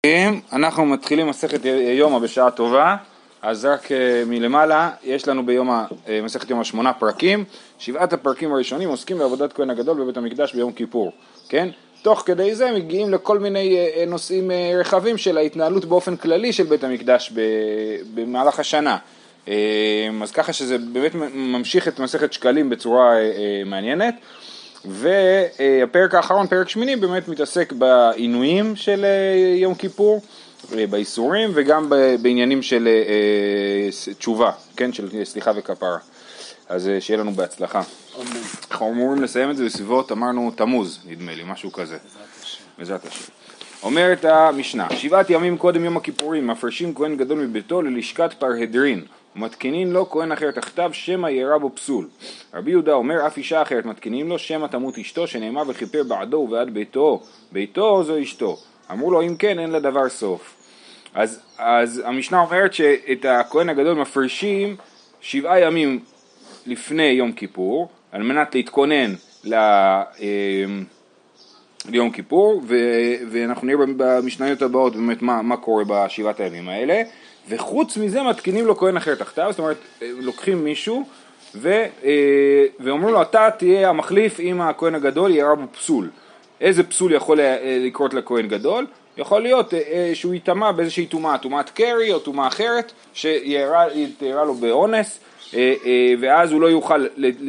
אנחנו מתחילים מסכת יומא בשעה טובה, אז רק מלמעלה יש לנו מסכת יומא 8 פרקים. 7 הפרקים הראשונים עוסקים בעבודת כהן הגדול בבית המקדש ביום כיפור, כן? תוך כדי זה מגיעים לכל מיני נושאים רחבים של ההתנהלות באופן כללי של בית המקדש במהלך השנה. אז ככה שזה באמת ממשיך את מסכת שקלים בצורה מעניינת. והפרק האחרון, פרק שמיני, באמת מתעסק בעינויים של יום כיפור, באיסורים וגם בעניינים של תשובה, כן, של סליחה וכפרה. אז שיהיה לנו בהצלחה. אנחנו אמורים לסיים את זה בסביבות, אמרנו תמוז, נדמה לי, משהו כזה. בעזרת השם. אומרת המשנה, 7 ימים קודם יום הכיפורים, מפרשים כהן גדול מביתו ללשכת פרהדרין, ומתקינין לו כהן אחר תחתיו שמא ירע בו פסול. רבי יהודה אומר, אף אישה אחרת מתקינים לו שמא תמות אשתו, שנאמר וכיפר בעדו ובעד ביתו, ביתו זו אשתו. אמרו לו, אם כן, אין לדבר סוף. אז המשנה אומרת שאת הכהן הגדול מפרשים 7 ימים לפני יום כיפור, על מנת להתכונן ליום כיפור, ואנחנו נראה במשניות הבאות באמת מה קורה בשבעת הימים האלה. וחוץ מזה מתקינים לו כהן אחר תחתיו, זאת אומרת, לוקחים מישהו ואומרים לו, אתה תהיה המחליף אם הכהן הגדול ירע בו פסול. איזה פסול יכול לקרות לכהן גדול? יכול להיות שהוא יטמע באיזושהי טומאה, טומאת קרי או טומאה אחרת, שירע לו באונס, ואז הוא לא יוכל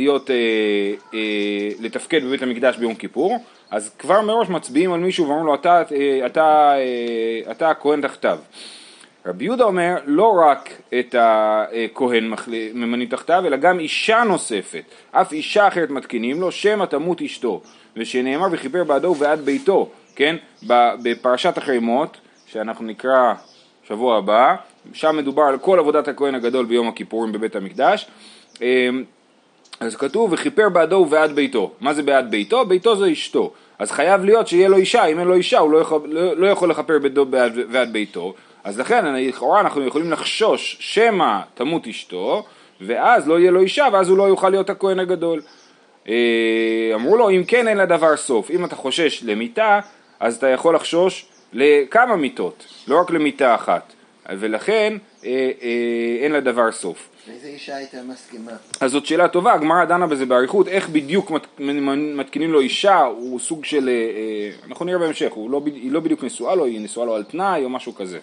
לתפקד בבית המקדש ביום כיפור. אז כבר מראש מצביעים על מישהו ואומרים לו, אתה הכהן תחתיו. רבי יהודה אומר, לא רק את הכהן ממנים תחתיו, אלא גם אישה נוספת. אף אישה אחרת מתקינים לו, שמא תמות אשתו. ושנאמר וכיפר בעדו ובעד ביתו, כן? בפרשת החרימות, שאנחנו נקרא שבוע הבא, שם מדובר על כל עבודת הכהן הגדול ביום הכיפורים בבית המקדש. אז כתוב, וכיפר בעדו ובעד ביתו. מה זה בעד ביתו? ביתו זו אשתו. אז חייב להיות שיהיה לו אישה, אם אין לו אישה, הוא לא יכול לכפר בעדו ובעד ביתו. אז לכן, לכאורה אנחנו יכולים לחשוש שמא תמות אשתו, ואז לא יהיה לו אישה, ואז הוא לא יוכל להיות הכהן הגדול. אמרו לו, אם כן אין לדבר סוף. אם אתה חושש למיטה, אז אתה יכול לחשוש לכמה מיטות, לא רק למיטה אחת. ולכן אין לדבר סוף. איזה אישה הייתה מסכימה? אז זאת שאלה טובה, הגמרא דנה בזה בעריכות, איך בדיוק מתקינים לו אישה, הוא סוג של, אנחנו נראה בהמשך, היא לא בדיוק נשואה לו, היא נשואה לו על תנאי או משהו כזה.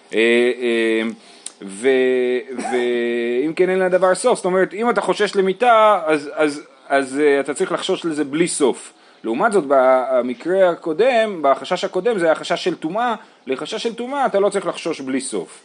ואם כן אין לדבר סוף, זאת אומרת, אם אתה חושש למיטה, אז אתה צריך לחשוש לזה בלי סוף. לעומת זאת, במקרה הקודם, בחשש הקודם, זה היה חשש של טומאה, לחשש של טומאה אתה לא צריך לחשוש בלי סוף.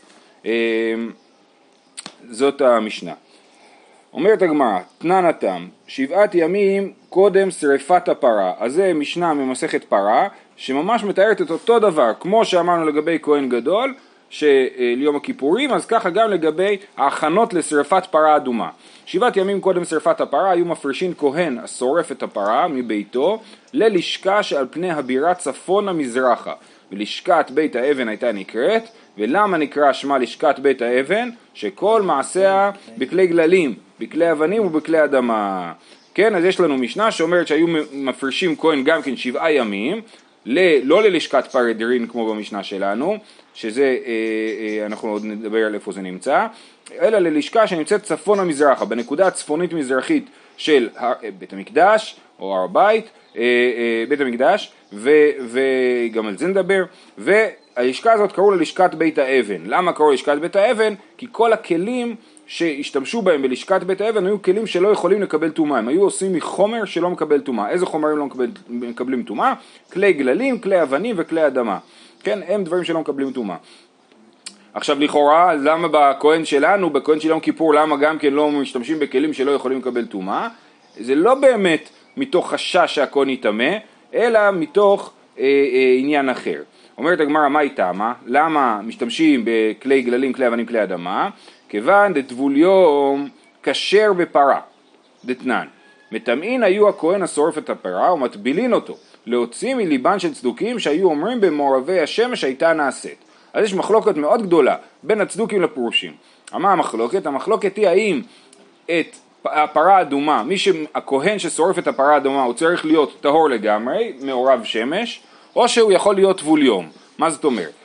זאת המשנה. אומרת הגמרא, תנן התם, 7 ימים קודם שריפת הפרה. אז זה משנה ממסכת פרה, שממש מתארת את אותו דבר, כמו שאמרנו לגבי כהן גדול, ליום הכיפורים, אז ככה גם לגבי ההכנות לשריפת פרה אדומה. 7 ימים קודם שריפת הפרה, היו מפרישין כהן השורף את הפרה מביתו, ללשכה שעל פני הבירה צפונה מזרחה. ולשכת בית האבן הייתה נקראת, ולמה נקרא שמה לשכת בית האבן? שכל מעשיה בכלי גללים, בכלי אבנים ובכלי אדמה. כן, אז יש לנו משנה שאומרת שהיו מפרישים כהן גם כן 7 ימים, לא ללשכת פרהדרין כמו במשנה שלנו, שזה, אנחנו עוד נדבר על איפה זה נמצא, אלא ללשכה שנמצאת צפונה מזרחה, בנקודה הצפונית מזרחית של בית המקדש, או הר הבית, בית המקדש, וגם על זה נדבר, והלשכה הזאת קראו ללשכת בית האבן. למה קראו ללשכת בית האבן? כי כל הכלים שהשתמשו בהם בלשכת בית האבן היו כלים שלא יכולים לקבל טומאה, הם היו עושים מחומר שלא מקבל טומאה. איזה חומרים לא מקבלים טומאה? כלי גללים, כלי אבנים וכלי אדמה. כן, הם דברים שלא מקבלים טומאה. עכשיו לכאורה, למה בכהן שלנו, בכהן של יום כיפור, למה גם כן לא משתמשים בכלים שלא יכולים לקבל טומאה? זה לא באמת מתוך חשש שהכהן יטמא, אלא מתוך עניין אחר. אומרת הגמרא, מה איתמה? למה משתמשים בכלי גללים, כלי אבנים, כלי אדמה? כיוון דטבול יום כשר בפרה, דתנן. מטמאין היו הכהן השורף את הפרה ומטבילין אותו, להוציא מליבן של צדוקים שהיו אומרים במעורבי השמש הייתה נעשית. אז יש מחלוקת מאוד גדולה בין הצדוקים לפרושים. מה המחלוקת? המחלוקת היא האם את הפרה האדומה, הכהן ששורף את הפרה האדומה הוא צריך להיות טהור לגמרי, מעורב שמש, או שהוא יכול להיות טבול יום. מה זאת אומרת?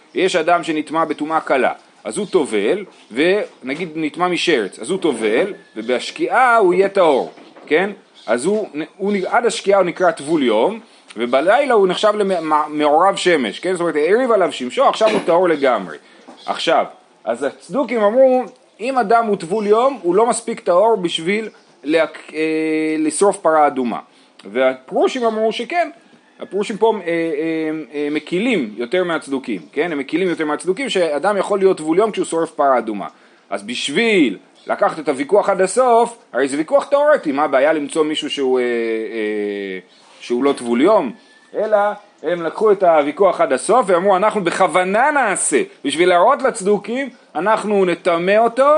יש אדם שנטמע בטומאה קלה, אז הוא טובל, ונגיד נטמע משרץ, אז הוא טובל, ובהשקיעה הוא יהיה טהור, כן? אז עד השקיעה הוא נקרא טבול יום, ובלילה הוא נחשב למעורב שמש, כן? זאת אומרת, העריב עליו שמשו, עכשיו הוא טהור לגמרי. עכשיו, אז הצדוקים אמרו, אם אדם הוא טבול יום, הוא לא מספיק טהור בשביל לשרוף פרה אדומה. והפרושים אמרו שכן, הפרושים פה מקילים יותר מהצדוקים, כן? הם מקילים יותר מהצדוקים, שאדם יכול להיות טבול יום כשהוא שורף פרה אדומה. אז בשביל לקחת את הוויכוח עד הסוף, הרי זה ויכוח תיאורטי, מה הבעיה למצוא מישהו שהוא לא טבול יום? אלא הם לקחו את הוויכוח עד הסוף ואמרו, אנחנו בכוונה נעשה, בשביל להראות לצדוקים, אנחנו נטמא אותו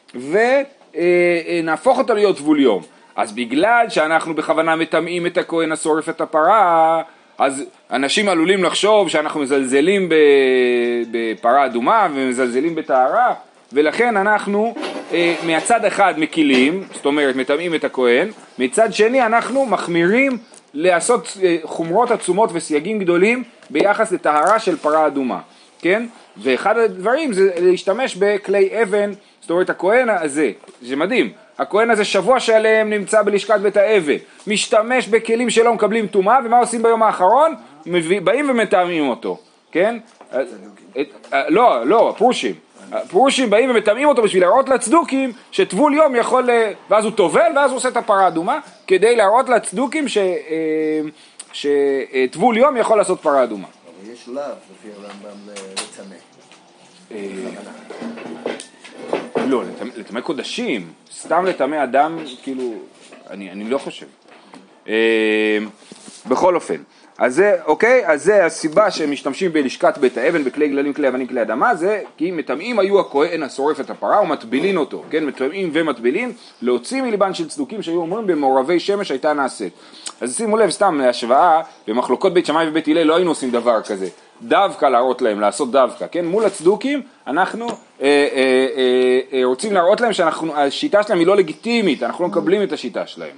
ונהפוך אותו להיות טבול יום. אז בגלל שאנחנו בכוונה מטמאים את הכהן השורף את הפרה, אז אנשים עלולים לחשוב שאנחנו מזלזלים בפרה אדומה ומזלזלים בטהרה, ולכן אנחנו מהצד אחד מקילים, זאת אומרת מטמאים את הכהן, מצד שני אנחנו מחמירים לעשות חומרות עצומות וסייגים גדולים ביחס לטהרה של פרה אדומה, כן? ואחד הדברים זה להשתמש בכלי אבן, זאת אומרת הכהן הזה, זה מדהים, הכהן הזה שבוע שלם נמצא בלשכת בית האבן, משתמש בכלים שלא מקבלים טומאה, ומה עושים ביום האחרון? באים ומטמאים אותו, כן? לא, הפרושים באים ומטמאים אותו בשביל להראות לצדוקים שטבול יום יכול, ואז הוא טובל ואז הוא עושה את הפרה אדומה, כדי להראות לצדוקים שטבול יום יכול לעשות פרה אדומה. אבל יש לאו לפי הרמב"ם לטמא. לא, לטמא קודשים, סתם לטמא אדם, כאילו, אני לא חושב. בכל אופן, אז זה, אוקיי, אז זה הסיבה שהם משתמשים בלשכת בית האבן, בכלי גללים, כלי אבנים, כלי אדמה, זה כי מטמאים היו הכהן השורף את הפרה ומטבילין אותו, כן, מטמאים ומטבילין, להוציא מליבן של צדוקים שהיו אומרים במעורבי שמש הייתה נעשית. אז שימו לב, סתם להשוואה, במחלוקות בית שמאי ובית הלל לא היינו עושים דבר כזה, דווקא להראות להם, לעשות דווקא, כן, מול הצדוקים אנחנו רוצים להראות להם שהשיטה שלהם היא לא לגיטימית, אנחנו לא מקבלים את השיטה שלהם.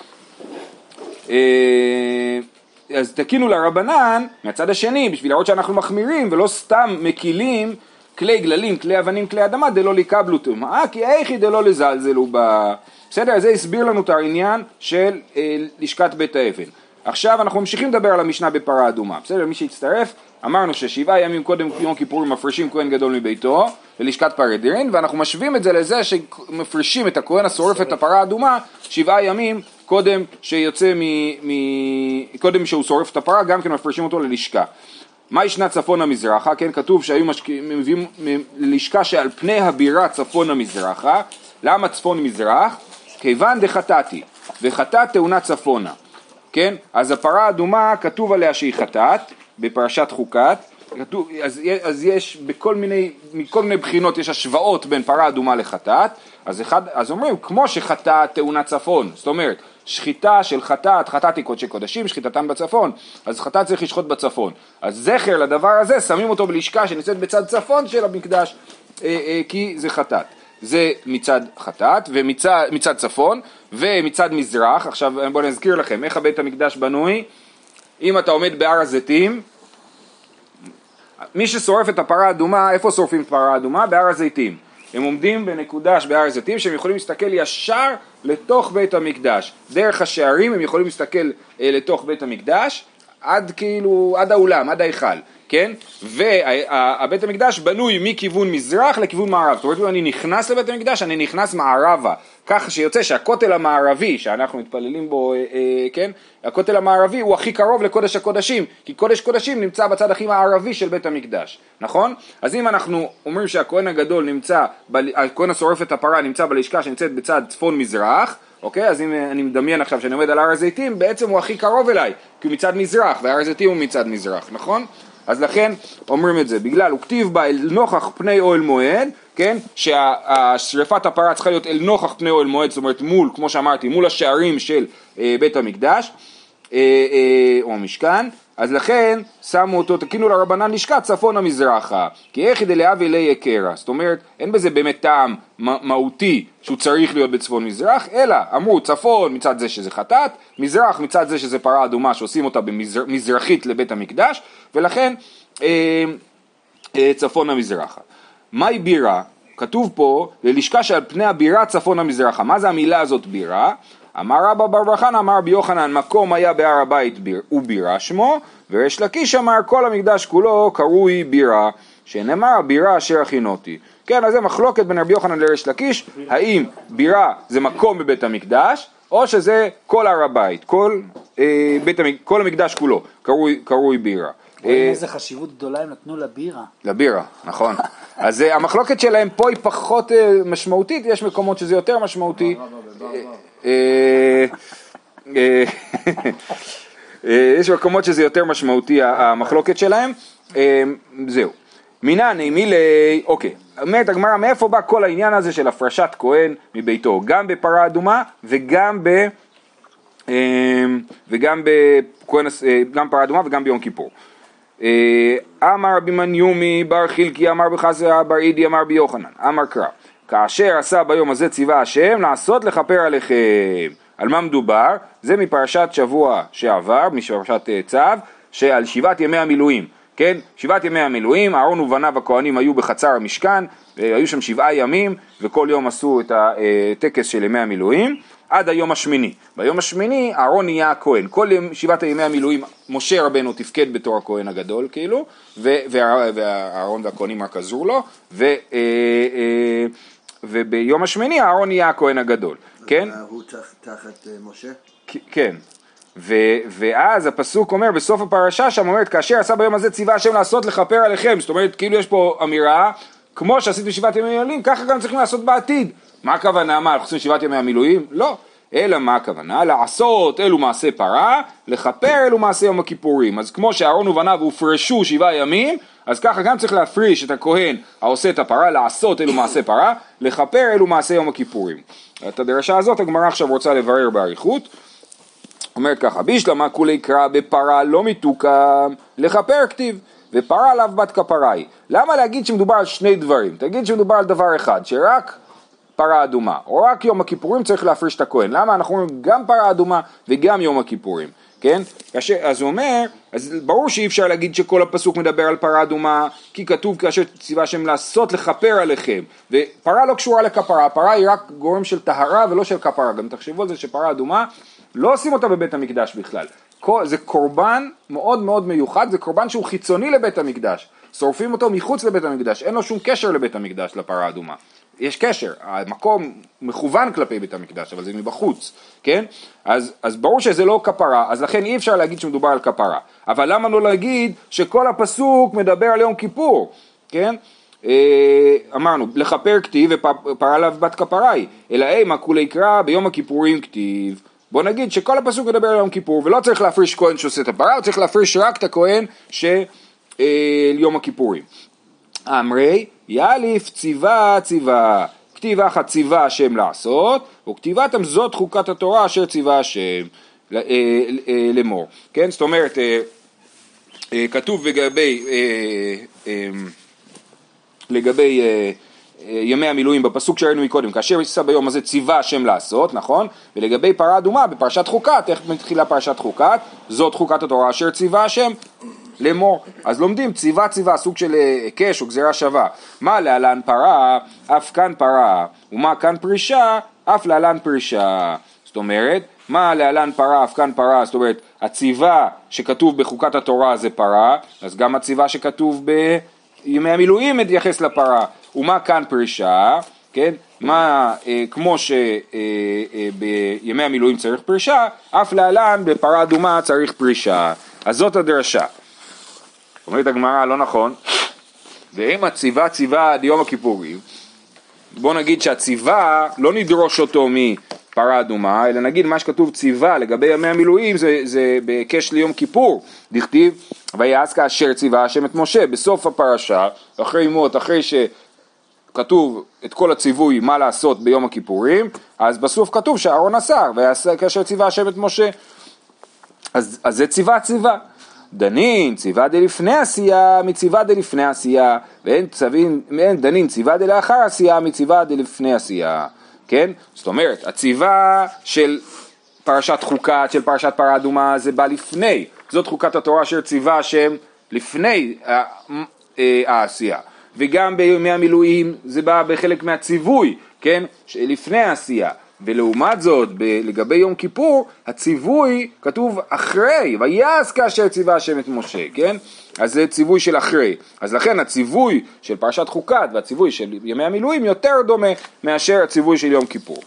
אז תקינו לרבנן מהצד השני, בשביל להראות שאנחנו מחמירים ולא סתם מקילים כלי גללים, כלי אבנים, כלי אדמה, דלא לקבלו טומאה, כי איך דלא לזלזלו בה. בסדר, אז זה הסביר לנו את העניין של לשכת בית האבן. עכשיו אנחנו ממשיכים לדבר על המשנה בפרה אדומה. בסדר, מי שהצטרף, אמרנו ש7 ימים קודם יום כיפור מפרישים כהן גדול מביתו ללשכת פרדרין, ואנחנו משווים את זה לזה שמפרישים את הכהן השורף את הפרה האדומה 7 ימים קודם שיוצא קודם שהוא שורף את הפרה, גם כן מפרישים אותו ללשכה. מה ישנה צפון המזרחה? כן, כתוב שהיו מביאים ללשכה שעל פני הבירה צפון המזרחה. למה צפון מזרח? כיוון דחטאתי, וחטאת טעונה צפונה. כן, אז הפרה האדומה כתוב עליה שהיא חטאת, בפרשת חוקת, כתוב, אז יש מכל מיני בחינות יש השוואות בין פרה אדומה לחטאת, אז אומרים כמו שחטאת טעונה צפון, זאת אומרת שחיטה של חטאת היא קודשי קודשים, שחיטתם בצפון, אז חטאת צריך לשחוט בצפון, אז זכר לדבר הזה שמים אותו בלשכה שנמצאת בצד צפון של המקדש, כי זה חטאת. זה מצד חטאת ומצד צפון ומצד מזרח. עכשיו בואו נזכיר לכם איך הבית המקדש בנוי. אם אתה עומד בהר הזיתים, מי ששורף את הפרה האדומה, איפה שורפים את הפרה האדומה? בהר הזיתים. הם עומדים בנקודה בהר הזיתים שהם יכולים להסתכל ישר לתוך בית המקדש. דרך השערים הם יכולים להסתכל לתוך בית המקדש עד האולם, עד ההיכל. כן? והבית המקדש בנוי מכיוון מזרח לכיוון מערב. זאת אומרת, אם אני נכנס לבית המקדש, אני נכנס מערבה. כך שיוצא שהכותל המערבי, שאנחנו מתפללים בו, כן? הכותל המערבי הוא הכי קרוב לקודש הקודשים, כי קודש קודשים נמצא בצד הכי מערבי של בית המקדש. נכון? אז אם אנחנו אומרים שהכהן הגדול נמצא, הכהן השורף את הפרה נמצא בלשכה שנמצאת בצד צפון מזרח, אוקיי? אז אם אני מדמיין עכשיו שאני עומד על הר הזיתים, בעצם הוא הכי קרוב אליי, כי הוא מצד מזרח, והר הזיתים הוא מצד מזרח, נכון? אז לכן אומרים את זה, בגלל הוא כתיב בה אל נוכח פני אוהל מועד, כן, שהשריפת הפרה צריכה להיות אל נוכח פני אוהל מועד, זאת אומרת מול, כמו שאמרתי, מול השערים של בית המקדש, או המשכן, אז לכן שמו אותו, תקינו לרבנן לשכת צפון המזרחה, כי איך דלהב אלי יקרה, זאת אומרת, אין בזה באמת טעם מהותי שהוא צריך להיות בצפון מזרח, אלא אמרו צפון מצד זה שזה חטאת, מזרח מצד זה שזה פרה אדומה שעושים אותה מזרחית לבית המקדש, ולכן צפונה מזרחה. מהי בירה? כתוב פה, ללשכה שעל פני הבירה צפונה מזרחה. מה זה המילה הזאת בירה? אמר רבא בר בר חנא אמר רבי יוחנן, מקום היה בהר הבית ובירה שמו, וריש לקיש אמר כל המקדש כולו קרוי בירה, שנאמר הבירה אשר הכינותי. כן, אז זה מחלוקת בין רבי יוחנן לריש לקיש, האם בירה זה מקום בבית המקדש, או שזה כל הר הבית, כל המקדש כולו קרוי בירה. איזה חשיבות גדולה הם נתנו לבירה. לבירה, נכון. אז המחלוקת שלהם פה היא פחות משמעותית, יש מקומות שזה יותר משמעותי. יש מקומות שזה יותר משמעותי המחלוקת שלהם. זהו. מינני מילי, אוקיי. אומרת הגמרא, מאיפה בא כל העניין הזה של הפרשת כהן מביתו? גם בפרה אדומה וגם גם פרה אדומה וגם ביום כיפור. אמר רבי מניומי בר חילקי אמר בחזרה בר אידי אמר ביוחנן אמר קרא כאשר עשה ביום הזה ציווה השם לעשות לכפר עליכם. על מה מדובר? זה מפרשת שבוע שעבר, מפרשת צו, שעל 7 ימי המילואים, כן? 7 ימי המילואים, אהרון ובניו הכהנים היו בחצר המשכן, היו שם 7 ימים וכל יום עשו את הטקס של ימי המילואים עד היום השמיני. ביום השמיני אהרון נהיה הכהן. כל 7 ימי המילואים משה רבנו תפקד בתור הכהן הגדול כאילו, ואהרון והכהנים רק עזרו לו, וביום השמיני אהרון נהיה הכהן הגדול, כן? הוא תחת משה? כן. ואז הפסוק אומר בסוף הפרשה שם אומרת כאשר עשה ביום הזה ציווה השם לעשות לכפר עליכם. זאת אומרת כאילו יש פה אמירה כמו שעשית ב7 ימי המילואים ככה גם צריכים לעשות בעתיד. מה הכוונה? מה, אנחנו עושים 7 ימי המילואים? לא. אלא מה הכוונה? לעשות אלו מעשה פרה, לכפר אלו מעשה יום הכיפורים. אז כמו שאהרון ובניו הופרשו 7 ימים, אז ככה גם צריך להפריש את הכהן העושה את הפרה, לעשות אלו מעשה פרה, לכפר אלו מעשה יום הכיפורים. את הדרשה הזאת הגמרא עכשיו רוצה לברר באריכות. אומרת ככה, בישלמה כולי קרא בפרה לא מתוקם, לכפר כתיב, ופרה לאו בת כפראי. למה להגיד שמדובר על שני דברים? תגיד שמדובר על דבר אחד, שרק פרה אדומה, או רק יום הכיפורים צריך להפריש את הכהן. למה? אנחנו אומרים גם פרה אדומה וגם יום הכיפורים, כן? אז הוא אומר, אז ברור שאי אפשר להגיד שכל הפסוק מדבר על פרה אדומה, כי כתוב כאשר ציווה השם לעשות לכפר עליכם, ופרה לא קשורה לכפרה, הפרה היא רק גורם של טהרה ולא של כפרה. גם תחשבו על זה שפרה אדומה, לא עושים אותה בבית המקדש בכלל. זה קורבן מאוד מאוד מיוחד, זה קורבן שהוא חיצוני לבית המקדש. שורפים אותו מחוץ לבית המקדש, אין לו שום קשר לבית המקדש לפרה אדומה. יש קשר, המקום מכוון כלפי בית המקדש, אבל זה מבחוץ, כן? אז ברור שזה לא כפרה, אז לכן אי אפשר להגיד שמדובר על כפרה. אבל למה לא להגיד שכל הפסוק מדבר על יום כיפור, כן? אמרנו, לכפר כתיב ופרה לאו בת כפראי, אלא מה כולי קרא ביום הכיפורים כתיב. בוא נגיד שכל הפסוק מדבר על יום כיפור, ולא צריך להפריש כהן שעושה את הפרה, הוא צריך להפריש רק את הכהן של יום הכיפורים. אמרי, יאליף ציווה ציווה, כתיב אחת ציווה השם לעשות, וכתיבתם זאת חוקת התורה אשר ציווה השם לאמור. כן, זאת אומרת, כתוב לגבי ימי המילואים בפסוק שראינו מקודם, כאשר עשה ביום הזה ציווה השם לעשות, נכון? ולגבי פרה אדומה בפרשת חוקת, איך מתחילה פרשת חוקת? זאת חוקת התורה אשר ציווה השם לאמור. אז לומדים ציווה ציווה, סוג של קש או גזירה שווה. מה להלן פרה, אף כאן פרה, ומה כאן פרישה, אף להלן פרישה. זאת אומרת, מה להלן פרה, אף כאן פרה, זאת אומרת, הציווה שכתוב בחוקת התורה זה פרה, אז גם הציווה שכתוב בימי המילואים מתייחס לפרה. ומה כאן פרישה, כן? מה, כמו שבימי המילואים צריך פרישה, אף להלן בפרה אדומה צריך פרישה. אז זאת הדרשה. אומרת הגמרא, לא נכון. ואם הציווה ציווה עד יום הכיפורים, בוא נגיד שהציווה לא נדרוש אותו מפרה אדומה, אלא נגיד מה שכתוב ציווה לגבי ימי המילואים זה בקש ליום כיפור. דכתיב, ויעש כאשר ציווה השם את משה, בסוף הפרשה, אחרי מות, אחרי שכתוב את כל הציווי מה לעשות ביום הכיפורים, אז בסוף כתוב שאהרון אסר, ויעש כאשר ציווה השם את משה. אז זה ציווה ציווה. דנין ציווה דלפני עשייה מציווה דלפני עשייה, ואין דנין ציווה דלאחר עשייה מציווה דלפני עשייה, כן? זאת אומרת, הציווה של פרשת חוקת, של פרשת פרה אדומה, זה בא לפני, זאת חוקת התורה אשר ציווה השם לפני העשייה. וגם בימי המילואים זה בא בחלק מהציווי, כן? לפני העשייה. ולעומת זאת, לגבי יום כיפור, הציווי כתוב אחרי, ויעש כאשר ציווה השם את משה, כן? אז זה ציווי של אחרי. אז לכן הציווי של פרשת חוקת והציווי של ימי המילואים יותר דומה מאשר הציווי של יום כיפור.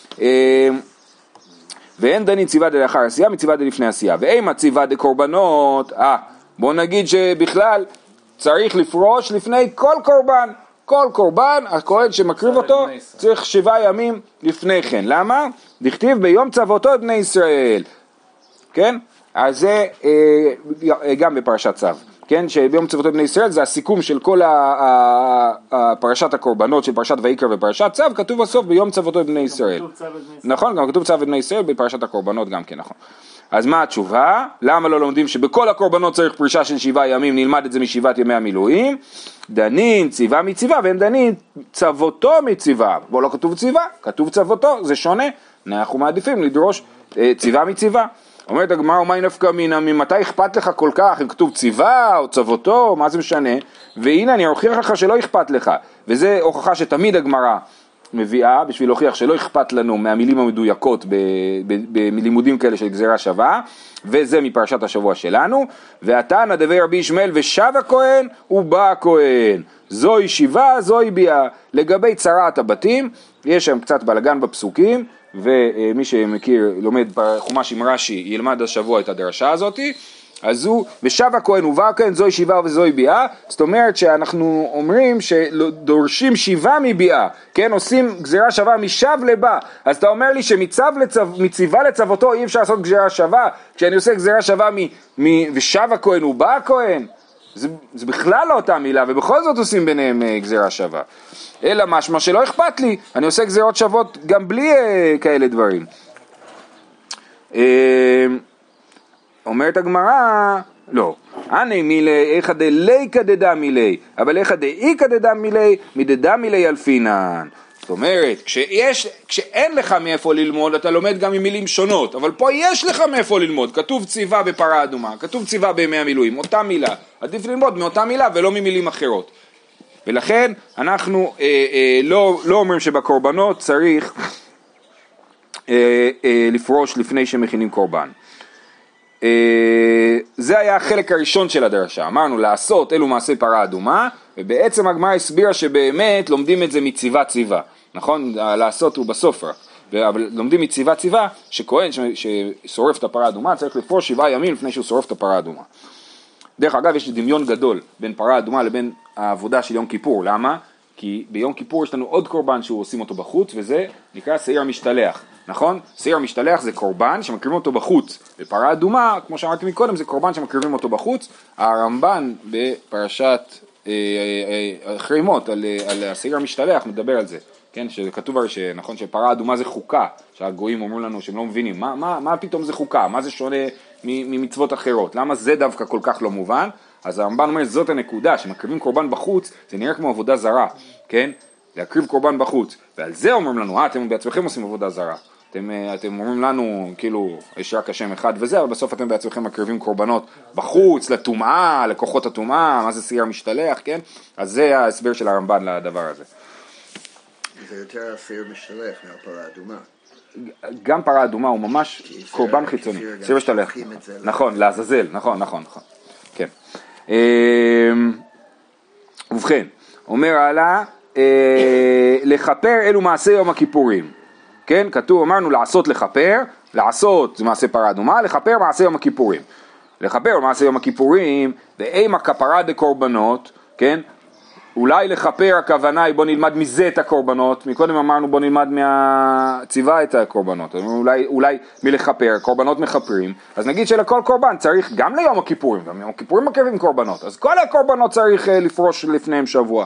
ואין דנין ציווה דלאחר עשייה מציווה דלפני עשייה. ואימה ציווה דקורבנות, בוא נגיד שבכלל צריך לפרוש לפני כל קורבן. כל קורבן, הכהן שמקריב אותו, צריך 7 ימים לפני כן. למה? דכתיב ביום צוותו את בני ישראל. כן? אז זה גם בפרשת צו. כן? שביום צוותו את בני ישראל זה הסיכום של כל פרשת הקורבנות של פרשת ויקרא ופרשת צו, כתוב בסוף ביום צוותו את בני ישראל. נכון, גם כתוב צו את בני ישראל בפרשת הקורבנות גם כן, נכון. אז מה התשובה? למה לא לומדים שבכל הקורבנות צריך פרישה של 7 ימים, נלמד את זה משבעת ימי המילואים? דנין ציווה מציווה, ואין דנין צוותו מציווה. בו לא כתוב ציווה, כתוב צוותו, זה שונה. אנחנו מעדיפים לדרוש ציווה מציווה. אומרת הגמרא, ומאי נפקא מינה, ממתי אכפת לך כל כך, אם כתוב ציווה או צוותו, מה זה משנה? והנה אני אוכיח לך שלא אכפת לך. וזה הוכחה שתמיד הגמרא מביאה, בשביל להוכיח שלא אכפת לנו מהמילים המדויקות בלימודים כאלה של גזירה שווה, וזה מפרשת השבוע שלנו. והתנא דבי רבי ישמעאל ושב הכהן ובא הכהן, זוהי שיבה זוהי ביאה. לגבי צרת הבתים, יש שם קצת בלגן בפסוקים, ומי שמכיר לומד חומש עם רש"י ילמד השבוע את הדרשה הזאת. אז הוא ושב הכהן ובא הכהן זוהי שיבה וזוהי ביאה. זאת אומרת שאנחנו אומרים שדורשים שיבה מביאה, כן? עושים גזירה שווה משב לבא. אז אתה אומר לי שמציבה לצוותו אי אפשר לעשות גזירה שווה, כשאני עושה גזירה שווה ושב הכהן ובא הכהן, זה בכלל לא אותה מילה, ובכל זאת עושים ביניהם גזירה שווה. אלא משמע שלא אכפת לי, אני עושה גזירות שוות גם בלי כאלה דברים. אומרת הגמרא, לא, אני מילי, איכא דליקא דדא מילי, אבל איכא דאיקא דדא מילי, מדדא מילי אלפינן. זאת אומרת, כשאין לך מאיפה ללמוד, אתה לומד גם עם מילים שונות, אבל פה יש לך מאיפה ללמוד, כתוב ציווה בפרה אדומה, כתוב ציווה בימי המילואים, אותה מילה, עדיף ללמוד מאותה מילה ולא ממילים אחרות. ולכן אנחנו לא אומרים שבקורבנות צריך לפרוש לפני שמכינים קורבן. זה היה החלק הראשון של הדרשה, אמרנו לעשות אלו מעשי פרה אדומה, ובעצם הגמרא הסבירה שבאמת לומדים את זה מציווה ציווה, נכון? לעשות הוא בסוף רק, אבל לומדים מציווה ציווה שכהן ששורף את הפרה אדומה צריך לפרוש 7 ימים לפני שהוא שורף את הפרה אדומה. דרך אגב יש דמיון גדול בין פרה אדומה לבין העבודה של יום כיפור, למה? כי ביום כיפור יש לנו עוד קורבן שהוא עושים אותו בחוץ, וזה נקרא שעיר המשתלח, נכון? שעיר המשתלח זה קורבן שמקריבים אותו בחוץ, בפרה אדומה, כמו שאמרתי מקודם, זה קורבן שמקריבים אותו בחוץ. הרמב"ן בפרשת אחרי מות על השעיר המשתלח מדבר על זה, כן? שכתוב הרי שנכון שפרה אדומה זה חוקה, שהגויים אומרים לנו שהם לא מבינים, מה פתאום זה חוקה? מה זה שונה ממצוות אחרות? למה זה דווקא כל כך לא מובן? אז הרמב"ן אומר, זאת הנקודה, שמקריבים קורבן בחוץ, זה נראה כמו עבודה זרה, כן? להקריב קורבן בחוץ. ועל זה אומרים לנו, אתם בעצמכם עושים עבודה זרה. אתם אומרים לנו, כאילו, יש רק השם אחד וזה, אבל בסוף אתם בעצמכם מקריבים קורבנות בחוץ, לטומאה, לכוחות הטומאה, מה זה שעיר משתלח, כן? אז זה ההסבר של הרמב"ן לדבר הזה. זה יותר שעיר משתלח מהפרה אדומה. גם פרה אדומה הוא ממש קורבן חיצוני. שעיר משתלח. נכון, לעזאזל, נכון. כן. ובכן, אומר הלאה, לכפר אלו מעשי יום הכיפורים. כן, כתוב, אמרנו לעשות לכפר, לעשות זה מעשה פרה אדומה, לכפר מעשה יום הכיפורים. לכפר מעשה יום הכיפורים, ואימה כפרה דקורבנות, כן? אולי לכפר הכוונה היא בוא נלמד מזה את הקורבנות, מקודם אמרנו בוא נלמד מהציווה את הקורבנות, אולי מלכפר, קורבנות מחפרים, אז נגיד שלכל קורבן צריך גם ליום הכיפורים, גם יום הכיפורים מקריבים קורבנות, אז כל הקורבנות צריך לפרוש לפניהם שבוע.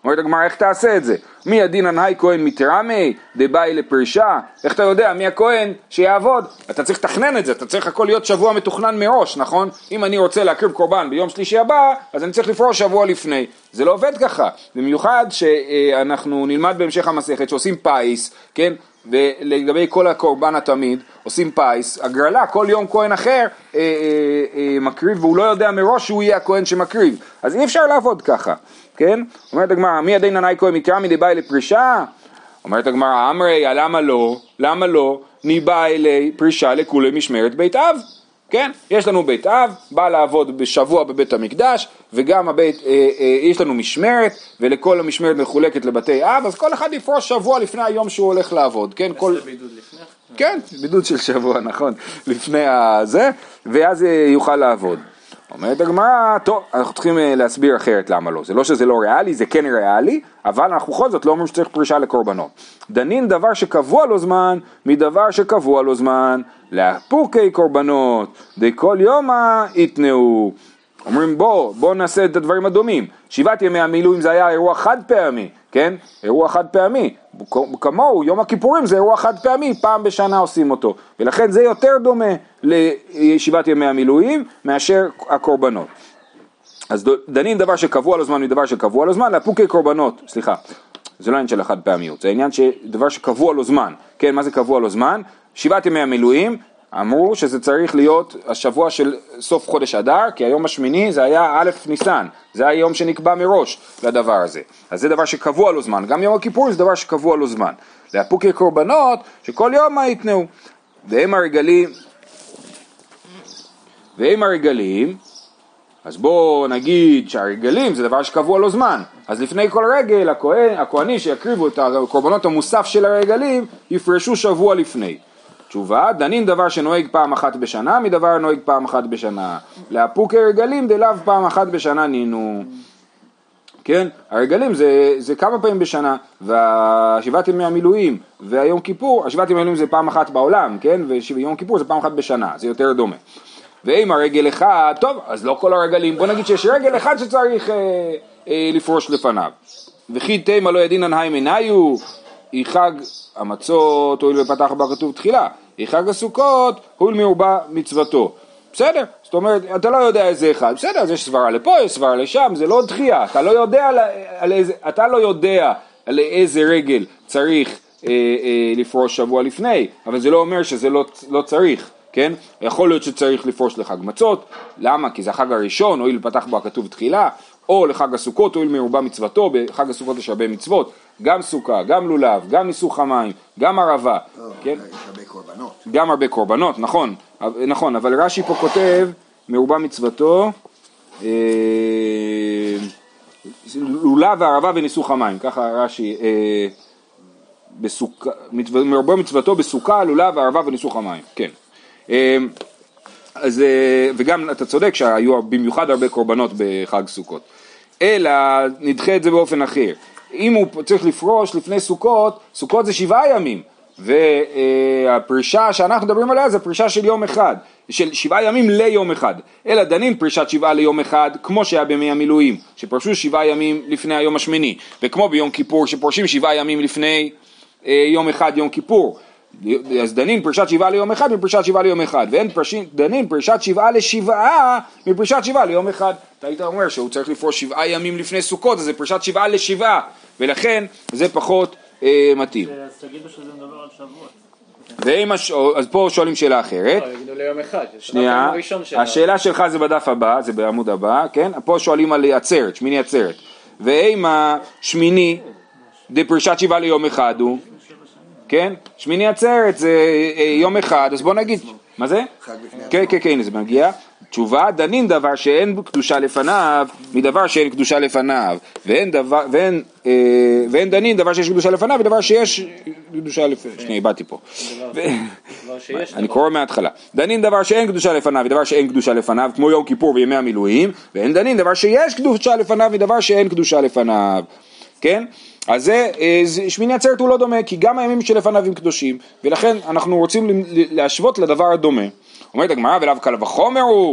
אומרת הגמרא, איך תעשה את זה? מי הדינן היי כהן מתרמי דבאי לפרישה? איך אתה יודע מי הכהן שיעבוד? אתה צריך לתכנן את זה, אתה צריך הכל להיות שבוע מתוכנן מראש, נכון? אם אני רוצה להקריב קורבן ביום שלישי הבא, אז אני צריך לפרוש שבוע לפני. זה לא עובד ככה, במיוחד שאנחנו נלמד בהמשך המסכת שעושים פייס, כן? ולגבי כל הקורבן התמיד עושים פייס, הגרלה, כל יום כהן אחר מקריב והוא לא יודע מראש שהוא יהיה הכהן שמקריב, אז אי אפשר לעבוד ככה, כן? אומרת הגמרא, מי הדין הנאי כהן מקרא מדבאי לפרישה? אומרת הגמרא, אמרי, למה לא ניבא אלי פרישה לכולי משמרת בית אב? כן, יש לנו בית אב, בא לעבוד בשבוע בבית המקדש, וגם יש לנו משמרת, ולכל המשמרת מחולקת לבתי אב, אז כל אחד יפרוש שבוע לפני היום שהוא הולך לעבוד, כן? בידוד לפני? כן, בידוד של שבוע, נכון, לפני הזה, ואז יוכל לעבוד. אומרת הגמרא, טוב, אנחנו צריכים להסביר אחרת למה לא. זה לא שזה לא ריאלי, זה כן ריאלי, אבל אנחנו בכל זאת לא אומרים שצריך פרישה לקורבנות. דנין דבר שקבוע לו זמן, מדבר שקבוע לו זמן, להפוקי קורבנות, די כל יומה יתנאו. אומרים בוא נעשה את הדברים הדומים. 7 ימי המילואים זה היה אירוע חד פעמי, כן? אירוע חד פעמי. כמוהו, יום הכיפורים זה אירוע חד פעמי, פעם בשנה עושים אותו. ולכן זה יותר דומה ל7 ימי המילואים מאשר הקורבנות. אז דנין דבר שקבוע לו זמן מדבר שקבוע לו זמן, להפוקי קורבנות, סליחה. זה לא עניין של החד פעמיות, זה עניין שדבר שקבוע לו זמן. כן, מה זה קבוע לו זמן? 7 ימי המילואים, אמרו שזה צריך להיות השבוע של סוף חודש אדר, כי היום השמיני זה היה א' ניסן, זה היום שנקבע מראש לדבר הזה. אז זה דבר שקבוע לו זמן, גם יום הכיפור זה דבר שקבוע לו זמן. להפוקי קורבנות שכל יום מה יתנאו. והם הרגלים, אז בואו נגיד שהרגלים זה דבר שקבוע לו זמן, אז לפני כל רגל הכהנים שיקריבו את הקורבנות המוסף של הרגלים יפרשו שבוע לפני. תשובה, דנין דבר שנוהג פעם אחת בשנה מדבר נוהג פעם אחת בשנה. להפוקי רגלים דלאו פעם אחת בשנה נינו. כן, הרגלים זה כמה פעמים בשנה, והשבעת ימי המילואים והיום כיפור, השבעת ימי המילואים זה פעם אחת בעולם, כן, ויום כיפור זה פעם אחת בשנה, זה יותר דומה. ואם הרגל אחד, טוב, אז לא כל הרגלים, בוא נגיד שיש רגל אחד שצריך לפרוש לפניו. וכי תימה לא ידינן היי מניו, היא חג המצות, הואיל ופתח בה כתוב תחילה, היא חג הסוכות, הואיל מרובה מצוותו. בסדר, זאת אומרת, אתה לא יודע איזה אחד, בסדר, אז יש סברה לפה, יש סברה לשם, זה לא דחייה, אתה לא יודע על איזה רגל צריך לפרוש שבוע לפני, אבל זה לא אומר שזה לא צריך. כן? יכול להיות שצריך לפרוש לחג מצות, למה? כי זה החג הראשון, הואיל פתח בו הכתוב תחילה, או לחג הסוכות, הואיל מרובה מצוותו, בחג הסוכות יש הרבה מצוות, גם סוכה, גם לולב, גם ניסוך המים, גם ערבה, כן? יש הרבה קורבנות. גם הרבה קורבנות, נכון, אבל רש"י פה כותב, מרובה מצוותו, לולב וערבה וניסוך המים, ככה רש"י, מרובה מצוותו בסוכה, לולב וערבה וניסוך המים, כן. אז, וגם אתה צודק שהיו במיוחד הרבה קורבנות בחג סוכות, אלא נדחה את זה באופן אחר. אם הוא צריך לפרוש לפני סוכות, סוכות זה 7 ימים, והפרישה שאנחנו מדברים עליה זה פרישה של יום אחד, של 7 ימים ליום אחד, אלא דנין פרישת 7 ליום אחד, כמו שהיה בימי המילואים, שפרשו 7 ימים לפני היום השמיני, וכמו ביום כיפור שפורשים 7 ימים לפני יום אחד, יום כיפור. אז דנין פרישת 7 ליום אחד מפרישת 7 ליום אחד, ואין דנין פרישת 7 ל7 מפרישת 7 ליום אחד. אתה היית אומר שהוא צריך לפרוש 7 ימים לפני סוכות, אז זה פרישת 7 ל7, ולכן זה פחות מתאים. אז תגידו שזה מדבר על שבועות. אז פה שואלים שאלה אחרת. לא, יגידו ליום אחד. שנייה, השאלה שלך זה בדף הבא, זה בעמוד הבא, כן? פה שואלים על עצרת, שמיני עצרת. ואם השמיני דפרישת 7 ליום אחד הוא, כן? שמיני עצרת זה יום אחד, אז בוא נגיד, מה זה? כן, זה מגיע. תשובה, דנין דבר שאין קדושה לפניו, מדבר שאין קדושה לפניו, ואין דנין דבר שיש קדושה לפניו, ודבר שיש קדושה לפניו, שנייה, איבדתי פה. אני קורא מההתחלה. דנין דבר שאין קדושה לפניו, ודבר שאין קדושה לפניו, כמו יום כיפור וימי המילואים, ואין דנין דבר שיש קדושה לפניו, ודבר שאין קדושה לפניו. כן? אז שמיני עצרת הוא לא דומה, כי גם הימים שלפניו הם קדושים, ולכן אנחנו רוצים להשוות לדבר הדומה. אומרת הגמרא, ולאו קל וחומר הוא,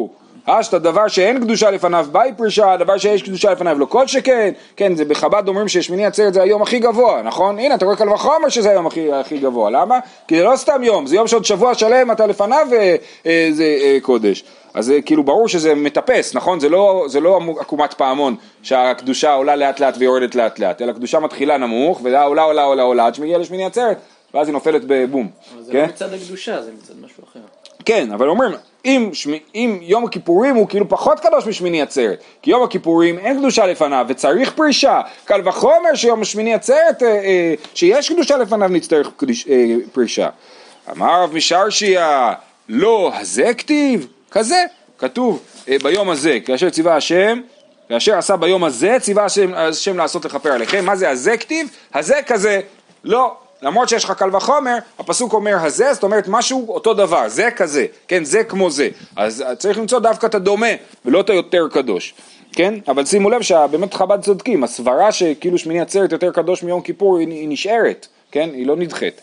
אשת דבר שאין קדושה לפניו באי פרישה, דבר שיש קדושה לפניו לא כל שכן, כן, זה בחב"ד אומרים ששמיני עצרת זה היום הכי גבוה, נכון? הנה, אתה רואה קל וחומר שזה היום הכי גבוה, למה? כי זה לא סתם יום, זה יום שעוד שבוע שלם אתה לפניו זה קודש. אז זה כאילו ברור שזה מטפס, נכון? זה לא עקומת פעמון שהקדושה עולה לאט לאט ויורדת לאט לאט, אלא הקדושה מתחילה נמוך ועולה עד שמגיע לשמיני עצרת, ואז היא נופלת בבום. אבל זה לא מצד הקדושה, זה מצד משהו אחר. כן, אבל אומרים, אם יום הכיפורים הוא כאילו פחות קדוש משמיני עצרת, כי יום הכיפורים אין קדושה לפניו וצריך פרישה, קל וחומר שיום השמיני עצרת, שיש קדושה לפניו נצטרך פרישה. אמר רב משרשיה, לא, הזה כתיב, כזה, כתוב ביום הזה, כאשר ציווה השם, כאשר עשה ביום הזה, ציווה השם לעשות לכפר עליכם, מה זה הזה כתיב? הזה כזה, לא. למרות שיש לך קל וחומר, הפסוק אומר הזה, זאת אומרת משהו אותו דבר, זה כזה, כן, זה כמו זה. אז צריך למצוא דווקא את הדומה, ולא את היותר קדוש, כן? אבל שימו לב שבאמת חב"ד צודקים, הסברה שכאילו שמיני עצרת יותר קדוש מיום כיפור היא נשארת, כן? היא לא נדחית.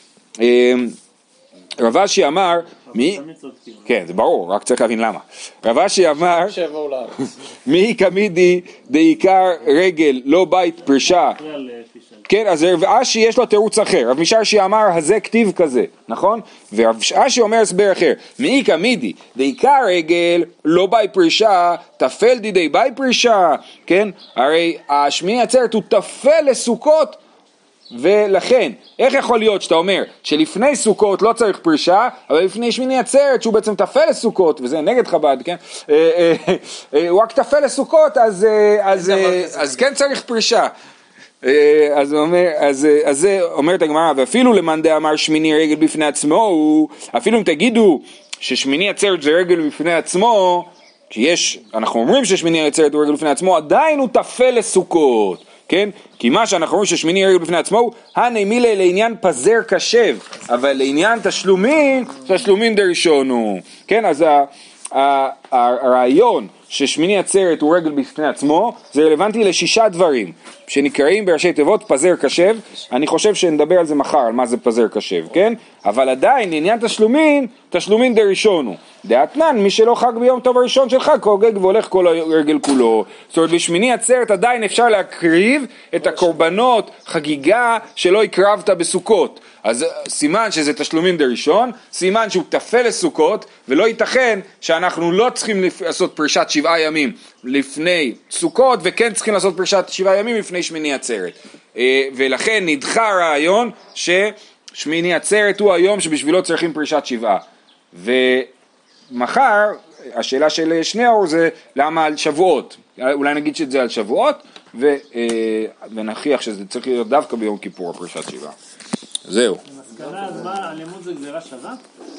רב אשי אמר, כן, זה ברור, רק צריך להבין למה. רב אשי אמר, מי כמידי דעיקר רגל לא בית פרישה, כן, אז רב אשי יש לו תירוץ אחר, רב משרשי אמר, הזה כתיב כזה, נכון? ורב אשי אומר הסבר אחר, מי כמידי דעיקר רגל לא בית פרישה, תפל דידי בית פרישה, כן? הרי השמיני עצרת הוא תפל לסוכות, ולכן, איך יכול להיות שאתה אומר שלפני סוכות לא צריך פרישה, אבל לפני שמיני עצרת שהוא בעצם תפל לסוכות, וזה נגד חב"ד, כן? הוא רק תפל לסוכות, אז כן צריך פרישה. אז זה אומרת הגמרא, ואפילו למאן דאמר שמיני רגל בפני עצמו, אפילו אם תגידו ששמיני עצרת זה רגל בפני עצמו, אנחנו אומרים ששמיני עצרת הוא רגל בפני עצמו, עדיין הוא תפל לסוכות. כן? כי מה שאנחנו רואים ששמיני רגל בפני עצמו, הנמילה לעניין פזר קשב, אבל לעניין תשלומין דרשונו. כן, אז הרעיון ששמיני עצרת הוא רגל בפני עצמו, זה רלוונטי לשישה דברים, שנקראים בראשי תיבות פזר קשב, אני חושב שנדבר על זה מחר, על מה זה פזר קשב, כן? אבל עדיין לעניין תשלומין דרשונו. דעתנן, מי שלא חג ביום טוב הראשון של חג, חוגג והולך כל הרגל כולו. זאת אומרת, בשמיני עצרת עדיין אפשר להקריב את הקורבנות חגיגה שלא הקרבת בסוכות. אז סימן שזה תשלומין דראשון, סימן שהוא תפל לסוכות, ולא ייתכן שאנחנו לא צריכים לעשות פרישת 7 ימים לפני סוכות, וכן צריכים לעשות פרישת 7 ימים לפני שמיני עצרת. ולכן נדחה הרעיון ששמיני עצרת הוא היום שבשבילו צריכים פרישת 7. ומחר, השאלה של שניאור זה למה על שבועות. אולי נגיד שזה על שבועות, ונכיח שזה צריך להיות דווקא ביום כיפור, פרישת 7. זהו. מסקנה, אז מה, הלימוד זה גזירה שווה?